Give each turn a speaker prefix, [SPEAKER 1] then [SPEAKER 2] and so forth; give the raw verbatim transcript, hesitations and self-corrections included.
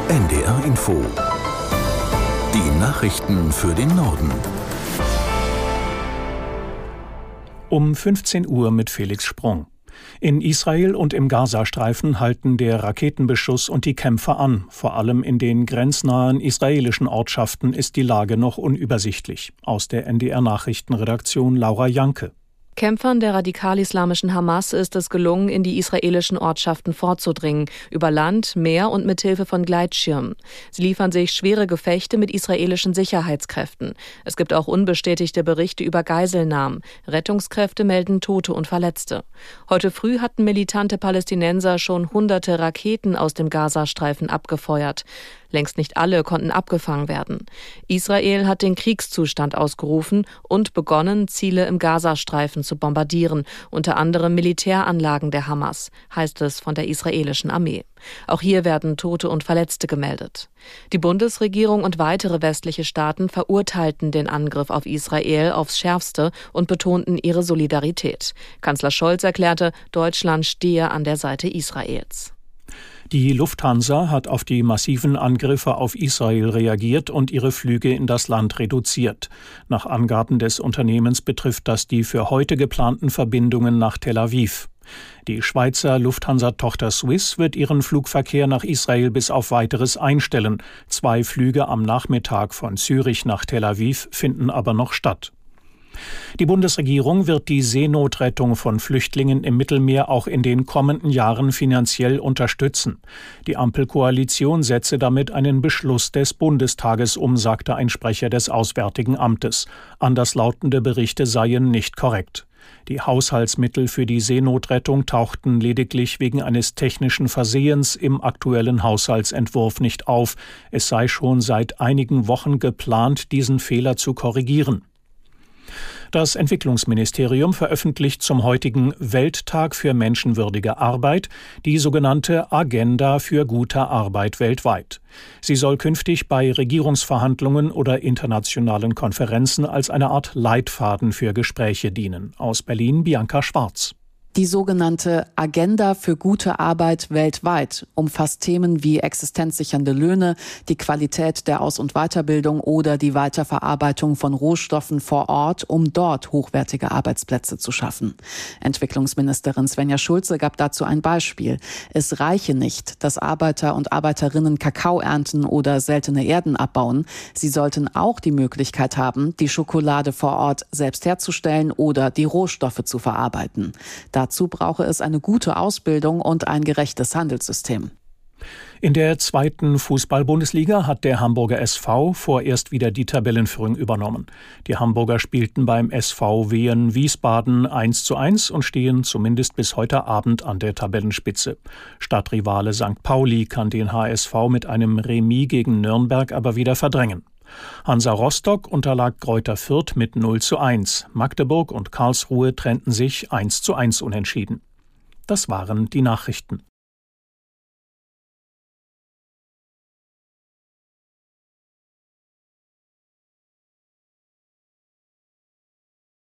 [SPEAKER 1] N D R Info. Die Nachrichten für den Norden.
[SPEAKER 2] Um fünfzehn Uhr mit Felix Sprung. In Israel und im Gazastreifen halten der Raketenbeschuss und die Kämpfe an. Vor allem in den grenznahen israelischen Ortschaften ist die Lage noch unübersichtlich. Aus der N D R-Nachrichtenredaktion Laura Janke.
[SPEAKER 3] Kämpfern der radikal-islamischen Hamas ist es gelungen, in die israelischen Ortschaften vorzudringen, über Land, Meer und mit Hilfe von Gleitschirmen. Sie liefern sich schwere Gefechte mit israelischen Sicherheitskräften. Es gibt auch unbestätigte Berichte über Geiselnahmen. Rettungskräfte melden Tote und Verletzte. Heute früh hatten militante Palästinenser schon hunderte Raketen aus dem Gazastreifen abgefeuert. Längst nicht alle konnten abgefangen werden. Israel hat den Kriegszustand ausgerufen und begonnen, Ziele im Gazastreifen zu bombardieren, unter anderem Militäranlagen der Hamas, heißt es von der israelischen Armee. Auch hier werden Tote und Verletzte gemeldet. Die Bundesregierung und weitere westliche Staaten verurteilten den Angriff auf Israel aufs Schärfste und betonten ihre Solidarität. Kanzler Scholz erklärte, Deutschland stehe an der Seite Israels.
[SPEAKER 2] Die Lufthansa hat auf die massiven Angriffe auf Israel reagiert und ihre Flüge in das Land reduziert. Nach Angaben des Unternehmens betrifft das die für heute geplanten Verbindungen nach Tel Aviv. Die Schweizer Lufthansa-Tochter Swiss wird ihren Flugverkehr nach Israel bis auf Weiteres einstellen. Zwei Flüge am Nachmittag von Zürich nach Tel Aviv finden aber noch statt. Die Bundesregierung wird die Seenotrettung von Flüchtlingen im Mittelmeer auch in den kommenden Jahren finanziell unterstützen. Die Ampelkoalition setze damit einen Beschluss des Bundestages um, sagte ein Sprecher des Auswärtigen Amtes. Anderslautende Berichte seien nicht korrekt. Die Haushaltsmittel für die Seenotrettung tauchten lediglich wegen eines technischen Versehens im aktuellen Haushaltsentwurf nicht auf. Es sei schon seit einigen Wochen geplant, diesen Fehler zu korrigieren. Das Entwicklungsministerium veröffentlicht zum heutigen Welttag für menschenwürdige Arbeit die sogenannte Agenda für gute Arbeit weltweit. Sie soll künftig bei Regierungsverhandlungen oder internationalen Konferenzen als eine Art Leitfaden für Gespräche dienen. Aus Berlin Bianca Schwarz.
[SPEAKER 4] Die sogenannte Agenda für gute Arbeit weltweit umfasst Themen wie existenzsichernde Löhne, die Qualität der Aus- und Weiterbildung oder die Weiterverarbeitung von Rohstoffen vor Ort, um dort hochwertige Arbeitsplätze zu schaffen. Entwicklungsministerin Svenja Schulze gab dazu ein Beispiel. Es reiche nicht, dass Arbeiter und Arbeiterinnen Kakao ernten oder seltene Erden abbauen. Sie sollten auch die Möglichkeit haben, die Schokolade vor Ort selbst herzustellen oder die Rohstoffe zu verarbeiten. Dazu brauche es eine gute Ausbildung und ein gerechtes Handelssystem.
[SPEAKER 2] In der zweiten Fußball-Bundesliga hat der Hamburger S V vorerst wieder die Tabellenführung übernommen. Die Hamburger spielten beim S V Wien Wiesbaden eins zu eins und stehen zumindest bis heute Abend an der Tabellenspitze. Stadtrivale Sankt Pauli kann den H S V mit einem Remis gegen Nürnberg aber wieder verdrängen. Hansa Rostock unterlag Greuther Fürth mit null zu eins. Magdeburg und Karlsruhe trennten sich eins zu eins unentschieden. Das waren die Nachrichten.